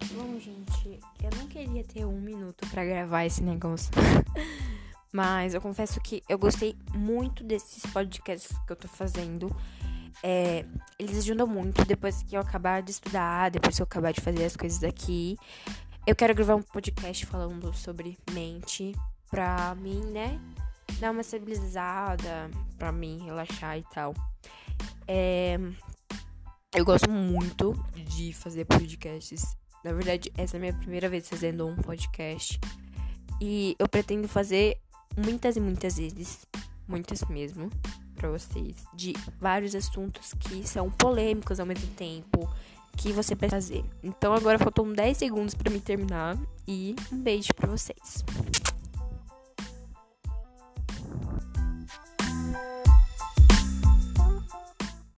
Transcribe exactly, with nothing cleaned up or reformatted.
Bom, gente, eu não queria ter um minuto pra gravar esse negócio. Mas eu confesso que eu gostei muito desses podcasts que eu tô fazendo. É, eles ajudam muito depois que eu acabar de estudar, depois que eu acabar de fazer as coisas aqui. Eu quero gravar um podcast falando sobre mente, pra mim, né, dar uma estabilizada, pra mim relaxar e tal. É, eu gosto muito de fazer podcasts. Na verdade, essa é a minha primeira vez fazendo um podcast. E eu pretendo fazer muitas e muitas vezes, muitas mesmo, pra vocês, de vários assuntos que são polêmicos ao mesmo tempo, que você precisa fazer. Então agora faltam dez segundos pra me terminar e um beijo pra vocês.